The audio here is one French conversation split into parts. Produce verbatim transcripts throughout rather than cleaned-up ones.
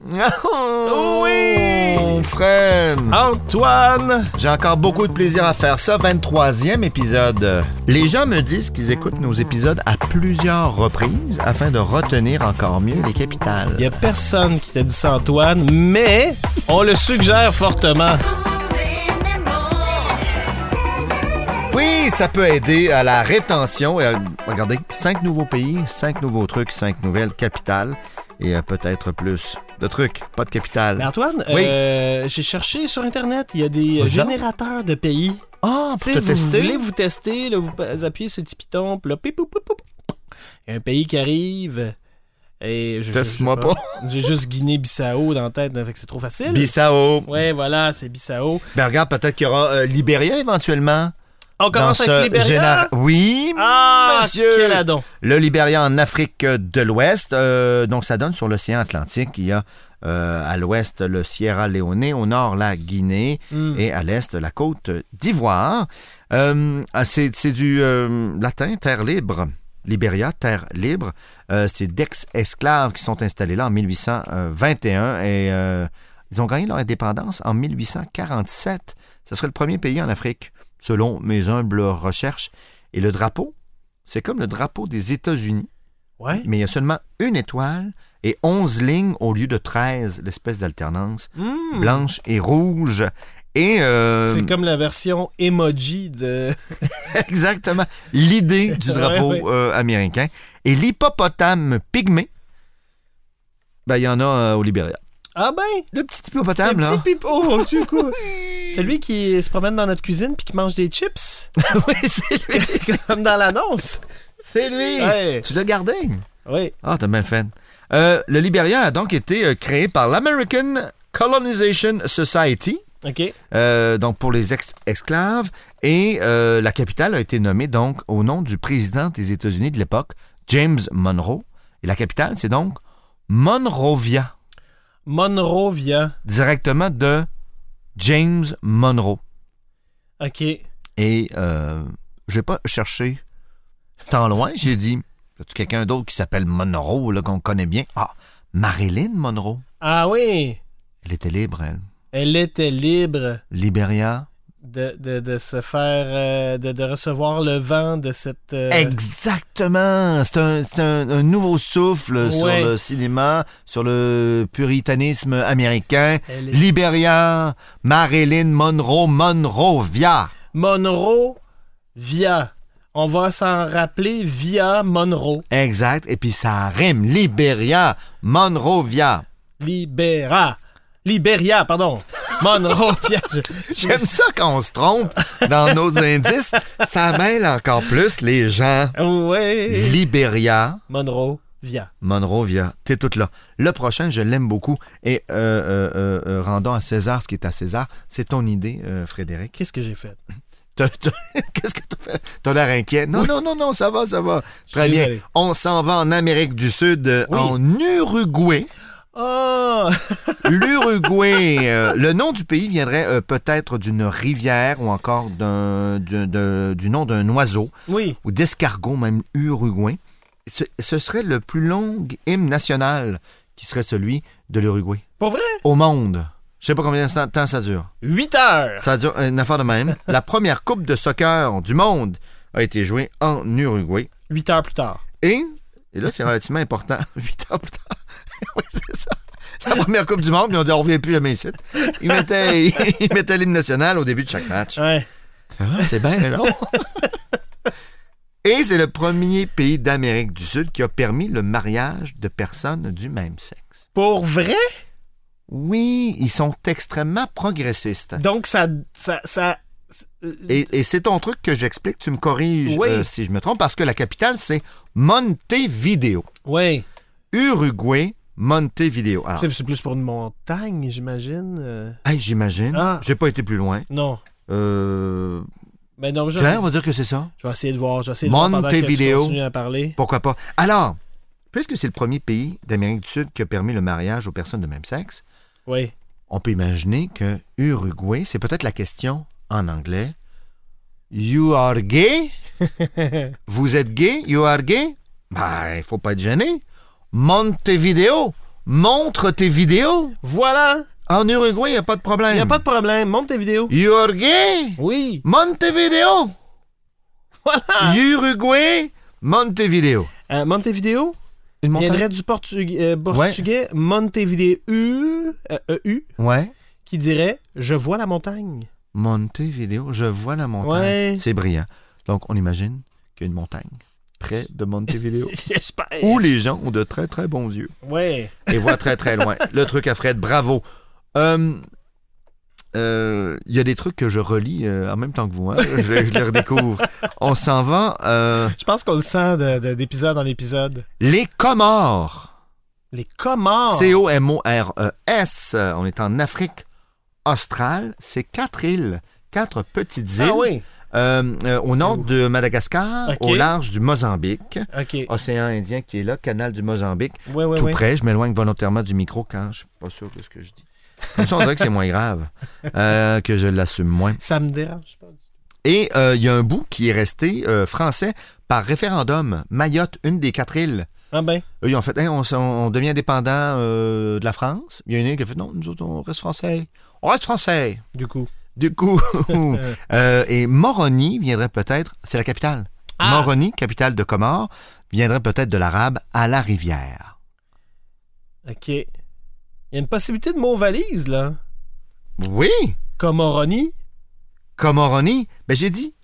Oh, oui! Fred! Antoine! J'ai encore beaucoup de plaisir à faire ça. vingt-troisième épisode. Les gens me disent qu'ils écoutent nos épisodes à plusieurs reprises afin de retenir encore mieux les capitales. Il n'y a personne qui t'a dit ça, Antoine, mais on le suggère fortement. Oui, ça peut aider à la rétention. Et à, regardez, cinq nouveaux pays, cinq nouveaux trucs, cinq nouvelles capitales et euh, peut-être plus de trucs, pas de capitale. Mais Antoine, oui? euh, j'ai cherché sur Internet, il y a des oui, générateurs de pays. Ah, pour te vous tester? Vous voulez vous tester, là, vous appuyez sur le petit piton, puis là, pip, pip, pip, pip. Il y a un pays qui arrive. Et je, Teste-moi pas. J'ai juste Guinée-Bissau dans la tête, fait que c'est trop facile. Bissau. Ouais, voilà, c'est Bissau. Ben regarde, peut-être qu'il y aura euh, Libéria éventuellement. On commence Dans avec Libéria? Généra... Oui, ah, monsieur. Quel adon. Le Libéria en Afrique de l'Ouest. Euh, donc, ça donne sur l'océan Atlantique. Il y a euh, à l'ouest le Sierra Leone, au nord la Guinée mm. et à l'est la Côte d'Ivoire. Euh, c'est, c'est du euh, latin, terre libre. Libéria, terre libre. Euh, c'est d'ex-esclaves qui sont installés là en mille huit cent vingt et un et euh, ils ont gagné leur indépendance en mille huit cent quarante-sept. Ce serait le premier pays en Afrique, selon mes humbles recherches. Et le drapeau, c'est comme le drapeau des États-Unis, ouais. mais il y a seulement une étoile et onze lignes au lieu de treize, l'espèce d'alternance, mmh. blanche et rouge. Et euh... c'est comme la version emoji de... Exactement, l'idée du drapeau ouais, ouais. Euh, américain. Et l'hippopotame pygmée, ben, il y en a euh, au Libéria. Ah ben! Le petit hippopotame, le là. Le petit pipo, oh, du coup. Celui qui se promène dans notre cuisine puis qui mange des chips. Oui, c'est lui. Comme dans l'annonce. C'est lui. Ouais. Tu l'as gardé? Oui. Ah, t'as bien fait. Euh, le Libéria a donc été euh, créé par l'American Colonization Society. OK. Euh, donc, pour les ex- esclaves. Et euh, la capitale a été nommée donc au nom du président des États-Unis de l'époque, James Monroe. Et la capitale, c'est donc Monrovia. Monrovia. Directement de James Monroe. OK. Et euh, j'ai pas cherché tant loin. J'ai dit, y a-tu quelqu'un d'autre qui s'appelle Monroe, là, qu'on connaît bien? Ah, Marilyn Monroe. Ah oui. Elle était libre, elle. Elle était libre. Libéria. De, de, de se faire... Euh, de, de recevoir le vent de cette... Euh... Exactement! C'est un, c'est un, un nouveau souffle ouais. sur le cinéma, sur le puritanisme américain. Est... Libéria, Marilyn Monroe, Monrovia. Monrovia. On va s'en rappeler via Monroe. Exact. Et puis ça rime. Libéria, Monrovia. Libéra. Libéria, pardon. Monrovia. Je... J'aime ça quand on se trompe dans nos indices. Ça mêle encore plus les gens. Oui. Libéria. Monrovia. Monrovia. T'es toute là. Le prochain, je l'aime beaucoup. Et euh, euh, euh, rendons à César ce qui est à César. C'est ton idée, euh, Frédéric. Qu'est-ce que j'ai fait? T'as, t'as, qu'est-ce que t'as fait? T'as l'air inquiet. Non, oui. non, non, non, ça va, ça va. Très bien. Désolé. On s'en va en Amérique du Sud, oui. en Uruguay. Oh! L'Uruguay. Euh, le nom du pays viendrait euh, peut-être d'une rivière ou encore d'un, du, de, du nom d'un oiseau. Oui. Ou d'escargot, même uruguayen. Ce, ce serait le plus long hymne national qui serait celui de l'Uruguay. Pour vrai? Au monde. Je sais pas combien de temps ça dure. Huit heures. Ça dure une affaire de même. La première coupe de soccer du monde a été jouée en Uruguay. Huit heures plus tard. Et, et là, c'est relativement important. Huit heures plus tard. Oui, c'est ça. La première coupe du monde, mais on ne revient plus jamais ici. Ils mettaient, ils mettaient l'hymne national au début de chaque match. Ouais. Ah, c'est bien long. Et c'est le premier pays d'Amérique du Sud qui a permis le mariage de personnes du même sexe. Pour vrai? Oui, ils sont extrêmement progressistes. Donc, ça... ça, ça... Et, et c'est ton truc que j'explique, tu me corriges oui. euh, si je me trompe, parce que la capitale, c'est Montevideo. Oui. Uruguay, Montevideo. Alors, c'est, c'est plus pour une montagne, j'imagine. Euh... Hey, j'imagine. Ah. J'ai pas été plus loin. Non. Euh... Ben non, je... Tiens, on va dire que c'est ça. Je vais essayer de voir. Je vais essayer de voir pendant que tu continues à parler. Pourquoi pas. Alors, puisque c'est le premier pays d'Amérique du Sud qui a permis le mariage aux personnes de même sexe, oui. on peut imaginer que Uruguay, c'est peut-être la question en anglais. You are gay? Vous êtes gay? You are gay? Ben, il faut pas être gêné. Montevideo. montre tes vidéos. Voilà. En Uruguay, il n'y a pas de problème. Il n'y a pas de problème. Monte tes vidéos. Uruguay, Oui. Montevideo. Voilà. Uruguay, Montevideo. Euh, Montevideo Une montagne? viendrait du portugais, euh, portugais Montevideo, euh, E U, Ouais. qui dirait « Je vois la montagne ». Montevideo, je vois la montagne. Ouais. C'est brillant. Donc, on imagine qu'il y a une montagne près de Montevideo. J'espère. Où les gens ont de très, très bons yeux. Ouais. Et voient très, très loin. Le truc à Fred, bravo. Euh, euh, il y a des trucs que je relis euh, en même temps que vous. Hein? Je, je les redécouvre. On s'en va. Euh, Je pense qu'on le sent de- de- d'épisode en épisode. les Comores. Les Comores. C O M O R E S. On est en Afrique australe. C'est quatre îles. Quatre petites îles. Ah oui. Euh, euh, au C'est nord où? de Madagascar, Ok. au large du Mozambique. OK. Océan Indien qui est là, canal du Mozambique. Ouais, ouais, Tout ouais. près, je m'éloigne volontairement du micro quand je suis pas sûr de ce que je dis. Comme ça, on dirait que c'est moins grave, euh, que je l'assume moins. Ça me dérange pas. Et il euh, y a un bout qui est resté euh, français par référendum. Mayotte, une des quatre îles. Ah ben. Eux, ils ont fait, hey, on, on devient indépendant euh, de la France. Il y a une île qui a fait, non, nous autres, on reste français. On reste français. Du coup. Du coup, euh, et Moroni viendrait peut-être, c'est la capitale. Ah. Moroni, capitale de Comores, viendrait peut-être de l'arabe à la rivière. OK. Il y a une possibilité de mot valise, là. Oui, Comoroni. Comoroni, ben j'ai dit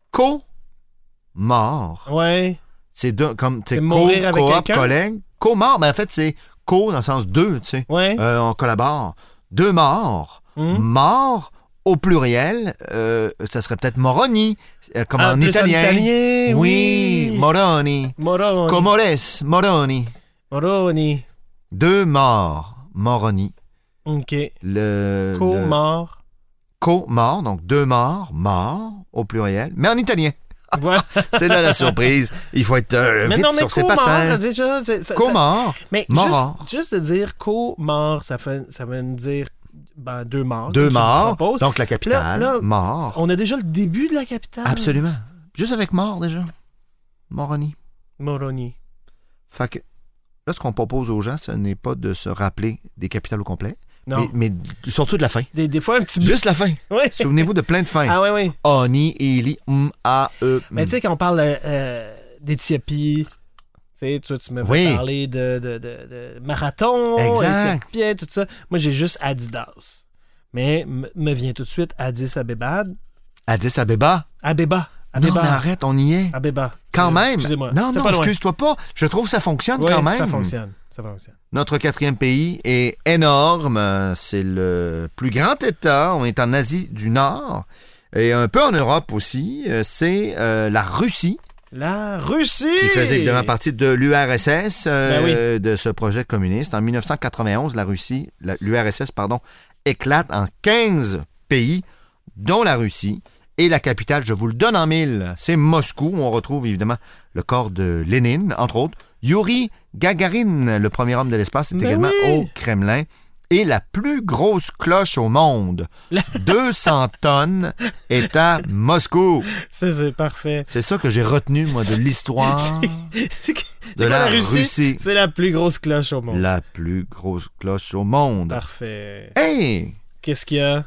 co-mort. Ouais. C'est deux, comme, tu sais, C'est co, mourir avec coop, quelqu'un? collègue. Co-mort, mais en fait, c'est co dans le sens deux, tu sais. Ouais. Euh, on collabore. Deux morts. Hum. Mort, au pluriel, euh, ça serait peut-être Moroni, euh, comme Ah, en plus italien. italien, oui. Moroni. Moroni. Comores, Moroni. Moroni. Deux morts, Moroni. OK. Le, le- Co-mort. Co-mort, donc deux morts, morts, au pluriel, mais en italien. Voilà. C'est là la surprise. Il faut être euh, Mais vite non, mais sur ses co-mort, patins. déjà. c'est- ça- ça- Co-mort, Mais mort. juste, juste de dire co-mort, ça, fait, ça veut dire ben, deux morts. deux comme tu me morts, proposes. donc la capitale, Là, là, mort. On a déjà le début de la capitale. Absolument. Juste avec mort, déjà. Moroni. Moroni. Fait que, là, ce qu'on propose aux gens, ce n'est pas de se rappeler des capitales au complet, Non. mais, mais surtout de la fin. Des, des fois, un petit bout. Juste la fin. Oui. Souvenez-vous de plein de fins. Ah, oui, oui. Oni, Eli, M, A, E. Mais tu sais, quand on parle euh, euh, d'Éthiopie, tu sais, toi, tu m'as fait Oui. parler de, de, de, de marathon, Exact. éthiopien, tout ça. Moi, j'ai juste Adidas. Mais m- me vient tout de suite Addis Abeba. Addis Abeba. Abeba. Non, Abeba. mais arrête, on y est. Abeba. Quand Euh, même. Excusez-moi. Non, C'était non, pas loin. excuse-toi pas. Je trouve que ça fonctionne Oui, quand même. ça fonctionne. Ça fonctionne. Notre quatrième pays est énorme. C'est le plus grand État. On est en Asie du Nord et un peu en Europe aussi. C'est euh, la Russie La Russie! qui faisait évidemment partie de l'U R S S, euh, Ben de ce projet communiste. En dix-neuf cent quatre-vingt-onze, la Russie, la- l'U R S S, pardon, éclate en quinze pays, dont la Russie. Et la capitale, je vous le donne en mille, c'est Moscou. On retrouve évidemment le corps de Lénine, entre autres. Yuri Gagarin, le premier homme de l'espace, est Ben également oui. au Kremlin. Et la plus grosse cloche au monde, La- deux cents tonnes, est à Moscou. Ça, c'est parfait. C'est ça que j'ai retenu, moi, de l'histoire C'est que- de c'est la quoi, Russie. C'est la plus grosse cloche au monde. La plus grosse cloche au monde. Parfait. Hey! Qu'est-ce qu'il y a?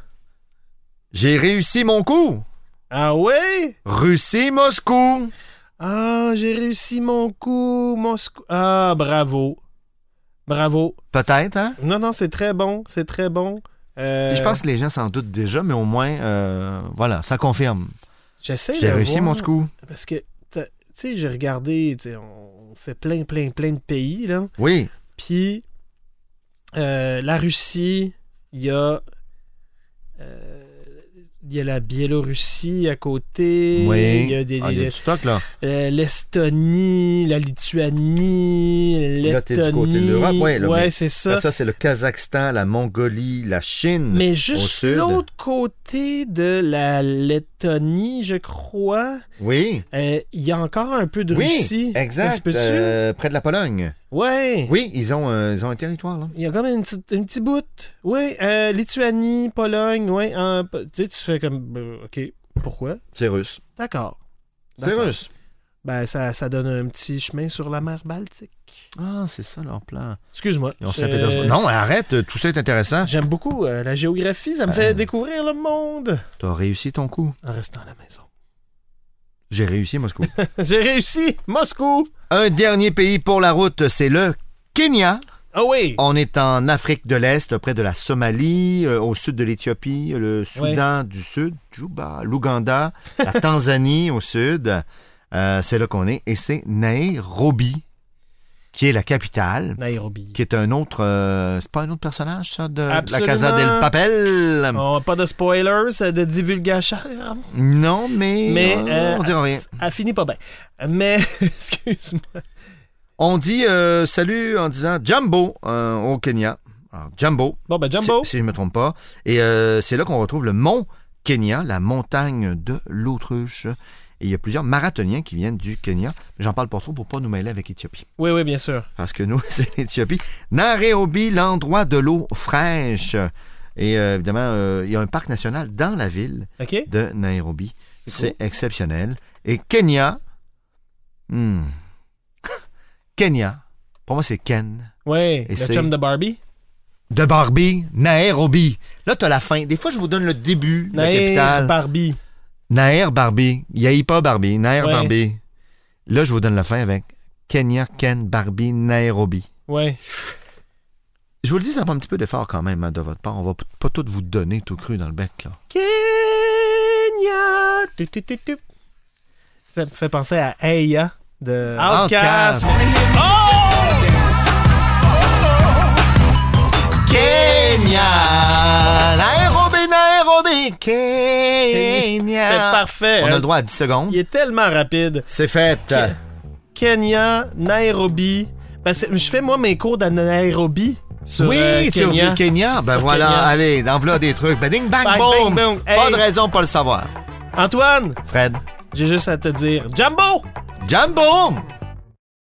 J'ai réussi mon coup! Ah ouais? Russie-Moscou! Ah, j'ai réussi mon coup, Moscou. Ah, bravo. Bravo. Peut-être, hein? Non, non, c'est très bon. C'est très bon. Euh, Puis je pense que les gens s'en doutent déjà, mais au moins, euh, voilà, ça confirme. j'essaie J'ai de réussi voir, Moscou. Parce que, t'as- tu sais, j'ai regardé, tu sais, on fait plein, plein, plein de pays, là. Oui. Puis, euh, la Russie, il y a... euh, il y a la Biélorussie à côté. Oui. Il y a des, Ah, il y a des- du stock, là. euh, l'Estonie, la Lituanie, Là, t'es du côté de Lettonie. l'Europe, ouais, là, mais c'est ça. Ça, c'est le Kazakhstan, la Mongolie, la Chine. Mais au juste sud. l'autre côté de la Lettonie, je crois, Oui. euh, il y a encore un peu de Oui, Russie. Ça se exact. peut-tu? euh, près de la Pologne. Ouais. Oui, ils ont, euh, ils ont un territoire, là. Il y a comme un petit, un petit bout. Oui, euh, Lituanie, Pologne, oui. Tu sais, tu fais comme... euh, OK, pourquoi? C'est russe. D'accord. C'est D'accord. russe. Ben, ça, ça donne un petit chemin sur la mer Baltique. Ah, c'est ça leur plan. Excuse-moi. Ils ont je- Saint-Pétersbourg. Non, arrête, tout ça est intéressant. J'aime beaucoup euh, la géographie, ça me Euh. fait découvrir le monde. T'as réussi ton coup. En restant à la maison. J'ai réussi Moscou. J'ai réussi! Moscou! Un dernier pays pour la route, c'est le Kenya. Ah oui! On est en Afrique de l'Est, près de la Somalie, euh, au sud de l'Éthiopie, le Soudan du Sud, Djouba, l'Ouganda, la Tanzanie au sud. Euh, c'est là qu'on est. Et c'est Nairobi, qui est la capitale, Nairobi. qui est un autre... euh, c'est pas un autre personnage, ça, de Absolument. la Casa del Papel? Oh, pas de spoilers, de divulgation. Non, mais... Mais euh, euh, on dira elle, rien. elle finit pas bien. Mais, excuse-moi. On dit euh, salut en disant Jumbo euh, au Kenya. Alors, Jumbo. Bon, ben, Jumbo. Si, si je ne me trompe pas. Et euh, c'est là qu'on retrouve le mont Kenya, la montagne de l'autruche. Et il y a plusieurs marathoniens qui viennent du Kenya. J'en parle pas trop pour pas nous mêler avec l'Éthiopie. Oui, oui, bien sûr. Parce que nous, c'est l'Éthiopie. Nairobi, l'endroit de l'eau fraîche. Et euh, évidemment, euh, il y a un parc national dans la ville OK? de Nairobi. C'est C'est exceptionnel. Et Kenya... hmm, Kenya, pour moi, c'est Ken. Oui, Et le c'est- chum de Barbie. De Barbie, Nairobi. Là, t'as la fin. Des fois, je vous donne le début, la Nair capitale. Barbie. Nair Barbie. Yahi pas Barbie. Nair Ouais. Barbie. Là, je vous donne la fin avec Kenya, Ken, Barbie, Nairobi. Oui. Je vous le dis, ça prend un petit peu d'effort quand même hein, de votre part. On va p- pas tout vous donner tout cru dans le bec. Là. Kenya. Tu, tu, tu, tu. Ça me fait penser à Aya de Outcast. Outcast. Kenya, Nairobi, Nairobi, Kenya. C'est parfait. On a hein. le droit à dix secondes. Il est tellement rapide. C'est fait. Ke- Kenya, Nairobi. Ben, c'est- je fais moi mes cours de Nairobi sur oui, euh, sur Kenya. du Kenya. Ben Sur voilà, Kenya. allez, dans v'là des trucs. Ben ding, bang, Bang, boom. bang, boom. Pas Hey. de raison pour le savoir. Antoine, Fred. j'ai juste à te dire Jumbo! Jumbo!